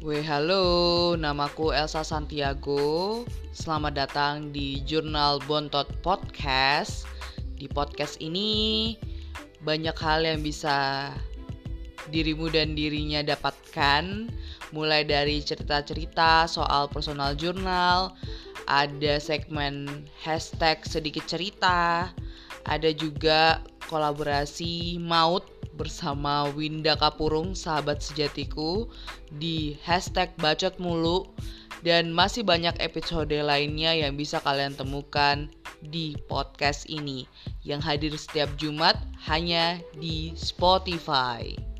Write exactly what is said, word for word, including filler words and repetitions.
Weh halo, namaku Elsa Santiago. Selamat datang di Jurnal Bontot Podcast. Di podcast ini banyak hal yang bisa dirimu dan dirinya dapatkan. Mulai dari cerita-cerita soal personal jurnal, ada segmen hashtag sedikit cerita, ada juga kolaborasi maut bersama Winda Kapurung, sahabat sejatiku, di hashtag bacot mulu, dan masih banyak episode lainnya yang bisa kalian temukan di podcast ini yang hadir setiap Jumat hanya di Spotify.